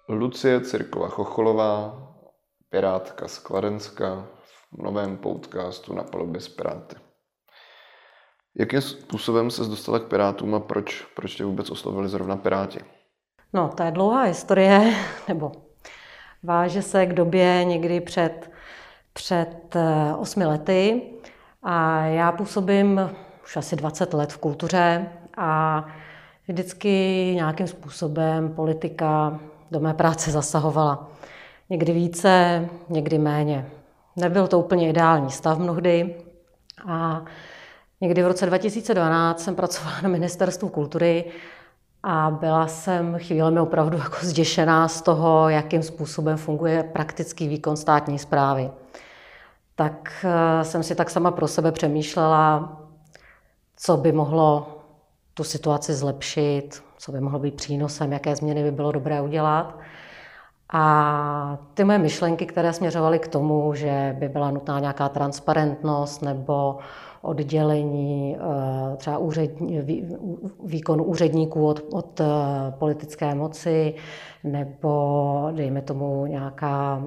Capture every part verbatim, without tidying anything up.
Lucie Cirková-Chocholová, pirátka z Kladenska, v novém podcastu Na palubě s Piráty. Jakým způsobem ses dostala k Pirátům a proč, proč tě vůbec oslovili zrovna Piráti? No, to je dlouhá historie, nebo váže se k době někdy před, před osmi lety. A já působím už asi dvacet let v kultuře a vždycky nějakým způsobem politika do mé práce zasahovala. Někdy více, někdy méně. Nebyl to úplně ideální stav mnohdy a někdy v roce dva tisíce dvanáct jsem pracovala na Ministerstvu kultury a byla jsem chvílemi opravdu jako zděšená z toho, jakým způsobem funguje praktický výkon státní správy. Tak jsem si tak sama pro sebe přemýšlela, co by mohlo tu situaci zlepšit, co by mohlo být přínosem, jaké změny by bylo dobré udělat. A ty moje myšlenky, které směřovaly k tomu, že by byla nutná nějaká transparentnost nebo oddělení třeba úřední, výkonu úředníků od, od politické moci, nebo dejme tomu nějaká,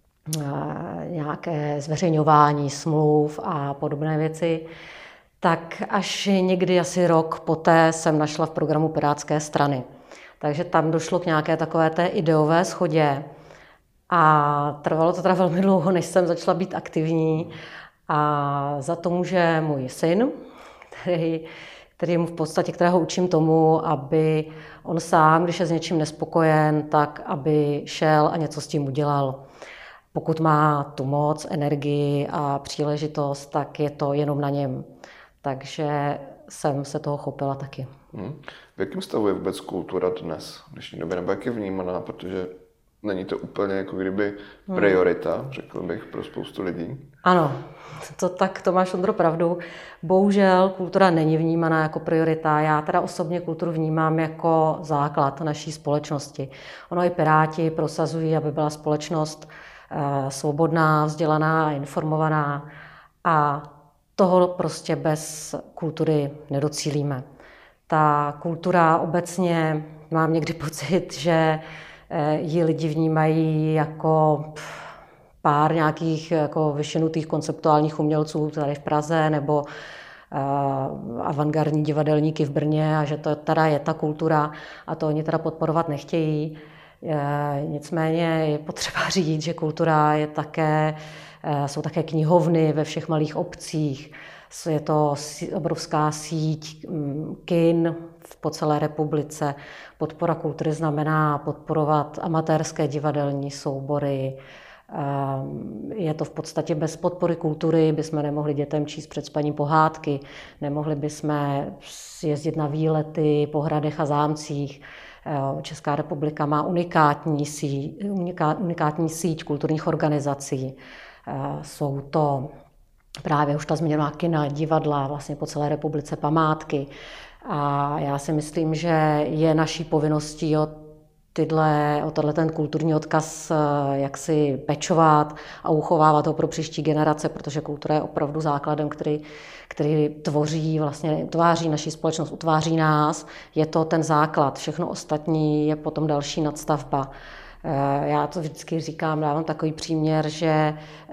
nějaké zveřejňování smluv a podobné věci, tak až někdy asi rok poté jsem našla v programu Pirátské strany. Takže tam došlo k nějaké takové té ideové shodě a trvalo to teda velmi dlouho, než jsem začala být aktivní. A za to může můj syn, který, který mu v podstatě, kterého učím tomu, aby on sám, když je s něčím nespokojen, tak aby šel a něco s tím udělal. Pokud má tu moc, energii a příležitost, tak je to jenom na něm. Takže jsem se toho chopila taky. Hmm. V jakém stavu je vůbec kultura dnes, v dnešní době, nebo jak je vnímaná, protože není to úplně jako kdyby priorita, hmm. řekl bych, pro spoustu lidí. Ano, to tak, to máš, Ondro, pravdu. Bohužel kultura není vnímaná jako priorita. Já teda osobně kulturu vnímám jako základ naší společnosti. Ono i Piráti prosazují, aby byla společnost eh, svobodná, vzdělaná a informovaná. A toho prostě bez kultury nedocílíme. Ta kultura obecně, mám někdy pocit, že ji lidi vnímají jako pár nějakých jako vyšinutých konceptuálních umělců tady v Praze nebo uh, avantgardní divadelníky v Brně a že to teda je ta kultura a to oni teda podporovat nechtějí. E, nicméně je potřeba říct, že kultura je také, e, jsou také knihovny ve všech malých obcích. Je to obrovská síť kin po celé republice. Podpora kultury znamená podporovat amatérské divadelní soubory. Je to v podstatě bez podpory kultury, bychom nemohli dětem číst před spaním pohádky, nemohli bychom jezdit na výlety po hradech a zámcích. Česká republika má unikátní síť, unikátní síť kulturních organizací. Jsou to právě už ta zmíněná kina, divadla, vlastně po celé republice památky. A já si myslím, že je naší povinností o, tyhle, o tohle ten kulturní odkaz jaksi pečovat a uchovávat ho pro příští generace, protože kultura je opravdu základem, který, který tvoří, vlastně utváří naši společnost, utváří nás. Je to ten základ, všechno ostatní je potom další nadstavba. Já to vždycky říkám, dávám takový příměr, že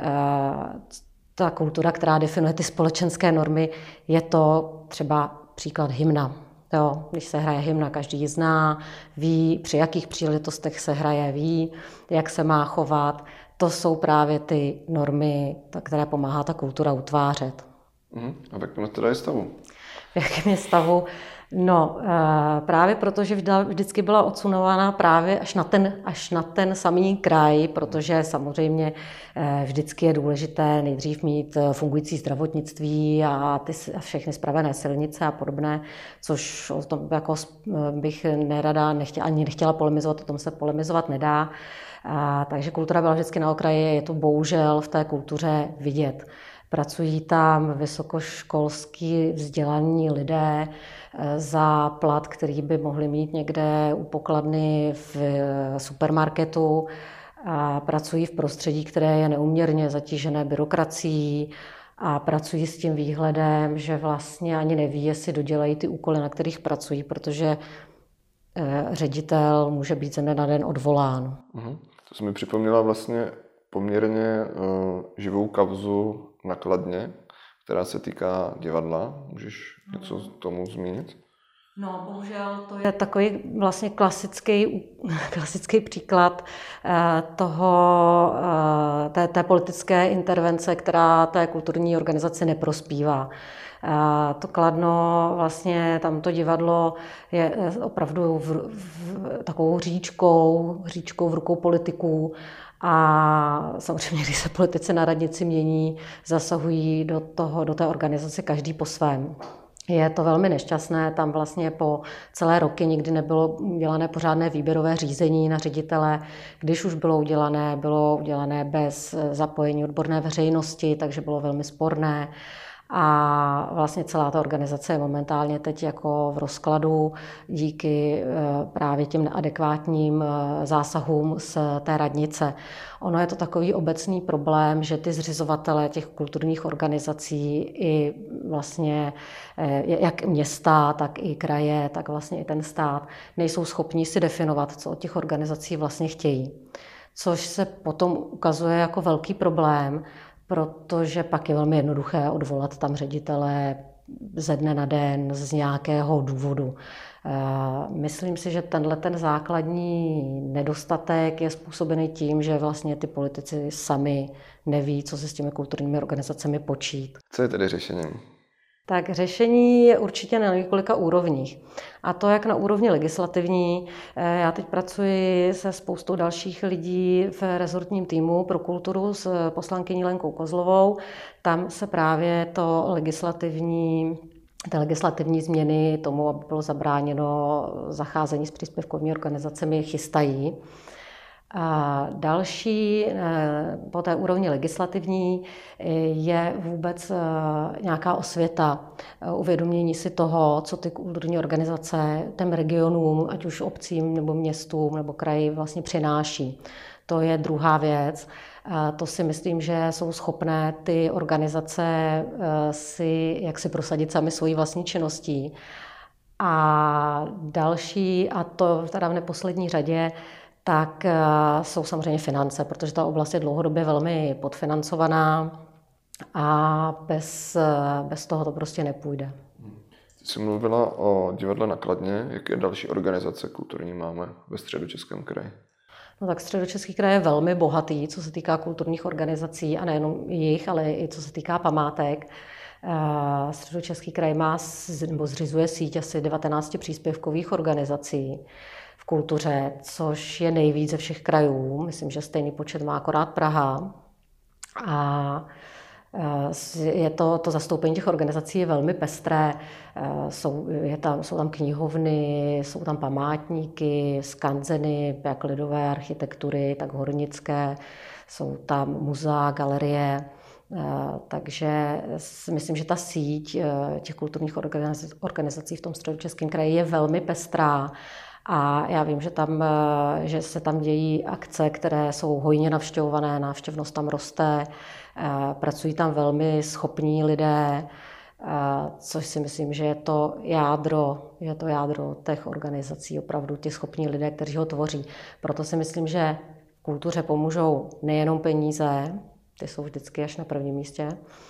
ta kultura, která definuje ty společenské normy, je to třeba příklad hymna. Jo, když se hraje hymna, každý ji zná, ví, při jakých příležitostech se hraje, ví, jak se má chovat. To jsou právě ty normy, které pomáhá ta kultura utvářet. Uh-huh. A v jakém teda je stavu? V jakém je stavu? No, právě protože vždycky byla odsunována právě až na ten, až na ten samý kraj, protože samozřejmě vždycky je důležité nejdřív mít fungující zdravotnictví a ty a všechny spravené silnice a podobné, což o tom jako bych nerada nechtěla, ani nechtěla polemizovat, o tom se polemizovat nedá. A, takže kultura byla vždycky na okraji, je to bohužel v té kultuře vidět. Pracují tam vysokoškolský vzdělaní lidé za plat, který by mohli mít někde u pokladny v supermarketu. A pracují v prostředí, které je neúměrně zatížené byrokracií a pracují s tím výhledem, že vlastně ani neví, jestli dodělají ty úkoly, na kterých pracují, protože ředitel může být ze dne na den odvolán. Mhm. To se mi připomněla vlastně poměrně uh, živou kauzu na Kladně, která se týká divadla. Můžeš něco k tomu zmínit? No, bohužel to je takový vlastně klasický, klasický příklad toho, té, té politické intervence, která té kulturní organizaci neprospívá. To Kladno, vlastně tamto divadlo je opravdu v, v, takovou říčkou, říčkou v rukou politiků. A samozřejmě, když se politici na radnici mění, zasahují do, toho, do té organizace každý po svém. Je to velmi nešťastné, tam vlastně po celé roky nikdy nebylo udělané pořádné výběrové řízení na ředitele. Když už bylo udělané, bylo udělané bez zapojení odborné veřejnosti, takže bylo velmi sporné. A vlastně celá ta organizace je momentálně teď jako v rozkladu díky právě těm neadekvátním zásahům z té radnice. Ono je to takový obecný problém, že ty zřizovatelé těch kulturních organizací i vlastně jak města, tak i kraje, tak vlastně i ten stát nejsou schopni si definovat, co od těch organizací vlastně chtějí. Což se potom ukazuje jako velký problém, protože pak je velmi jednoduché odvolat tam ředitele ze dne na den z nějakého důvodu. Myslím si, že tenhle ten základní nedostatek je způsobený tím, že vlastně ty politici sami neví, co se s těmi kulturními organizacemi počít. Co je tedy řešením? Tak řešení je určitě na několika úrovních. A to jak na úrovni legislativní. Já teď pracuji se spoustou dalších lidí v rezortním týmu pro kulturu s poslankyní Lenkou Kozlovou. Tam se právě to legislativní, ty legislativní změny tomu, aby bylo zabráněno zacházení s příspěvkovými organizacemi, chystají. A další po té úrovni legislativní je vůbec nějaká osvěta, uvědomění si toho, co ty kulturní organizace těm regionům, ať už obcím nebo městům nebo kraji vlastně přináší. To je druhá věc. To si myslím, že jsou schopné ty organizace si, jak si prosadit sami svojí vlastní činností. A další, a to teda v neposlední řadě, tak jsou samozřejmě finance, protože ta oblast je dlouhodobě velmi podfinancovaná a bez, bez toho to prostě nepůjde. Ty jsi mluvila o divadle na Kladně. Jaké další organizace kulturní máme ve Středočeském kraji? No tak Středočeský kraj je velmi bohatý, co se týká kulturních organizací a nejenom jich, ale i co se týká památek. Středočeský kraj má nebo zřizuje síť asi devatenáct příspěvkových organizací v kultuře, což je nejvíc ze všech krajů. Myslím, že stejný počet má akorát Praha. A je to, to zastoupení těch organizací je velmi pestré. Jsou, je tam, jsou tam knihovny, jsou tam památníky, skanzeny, jak lidové architektury, tak hornické. Jsou tam muzea, galerie. Takže myslím, že ta síť těch kulturních organizací v tom Středočeském kraji je velmi pestrá. A já vím, že, tam, že se tam dějí akce, které jsou hojně navštěvované, návštěvnost tam roste, pracují tam velmi schopní lidé, což si myslím, že je to jádro, je to jádro těch organizací, opravdu ti schopní lidé, kteří ho tvoří. Proto si myslím, že kultuře pomůžou nejenom peníze, ty jsou vždycky až na prvním místě,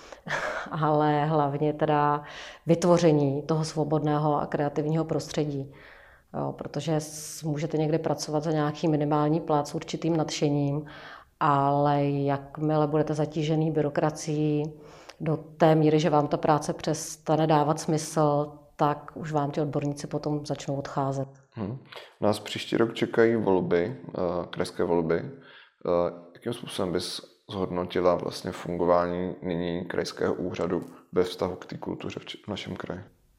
ale hlavně teda vytvoření toho svobodného a kreativního prostředí. Jo, protože můžete někdy pracovat za nějaký minimální plat s určitým nadšením, ale jakmile budete zatížený byrokracií do té míry, že vám ta práce přestane dávat smysl, tak už vám ti odborníci potom začnou odcházet. Hmm. Nás příští rok čekají volby, krajské volby. Jakým způsobem bys zhodnotila vlastně fungování nyní krajského úřadu ve vztahu k té kultuře v našem kraji?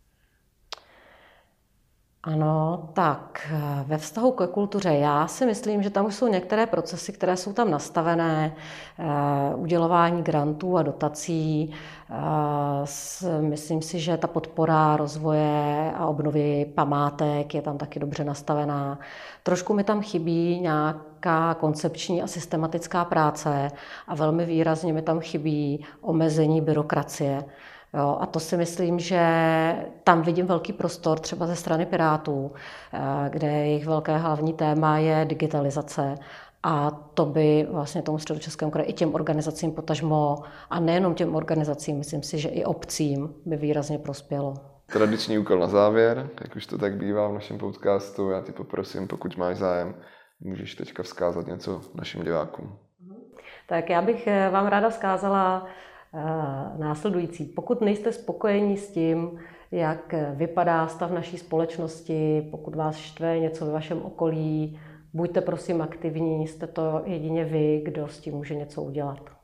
Ano, tak ve vztahu ke kultuře já si myslím, že tam už jsou některé procesy, které jsou tam nastavené, udělování grantů a dotací. Myslím si, že ta podpora rozvoje a obnovy památek je tam taky dobře nastavená. Trošku mi tam chybí nějaká koncepční a systematická práce a velmi výrazně mi tam chybí omezení byrokracie. Jo, a to si myslím, že tam vidím velký prostor třeba ze strany Pirátů, kde jejich velké hlavní téma je digitalizace. A to by vlastně tomu Středočeskému kraji i těm organizacím potažmo, a nejenom těm organizacím, myslím si, že i obcím by výrazně prospělo. Tradiční úkol na závěr, jak už to tak bývá v našem podcastu, já tě poprosím, pokud máš zájem, můžeš teďka vzkázat něco našim divákům. Tak já bych vám ráda vzkázala následující. Pokud nejste spokojeni s tím, jak vypadá stav naší společnosti, pokud vás štve něco ve vašem okolí, buďte prosím aktivní, jste to jedině vy, kdo s tím může něco udělat.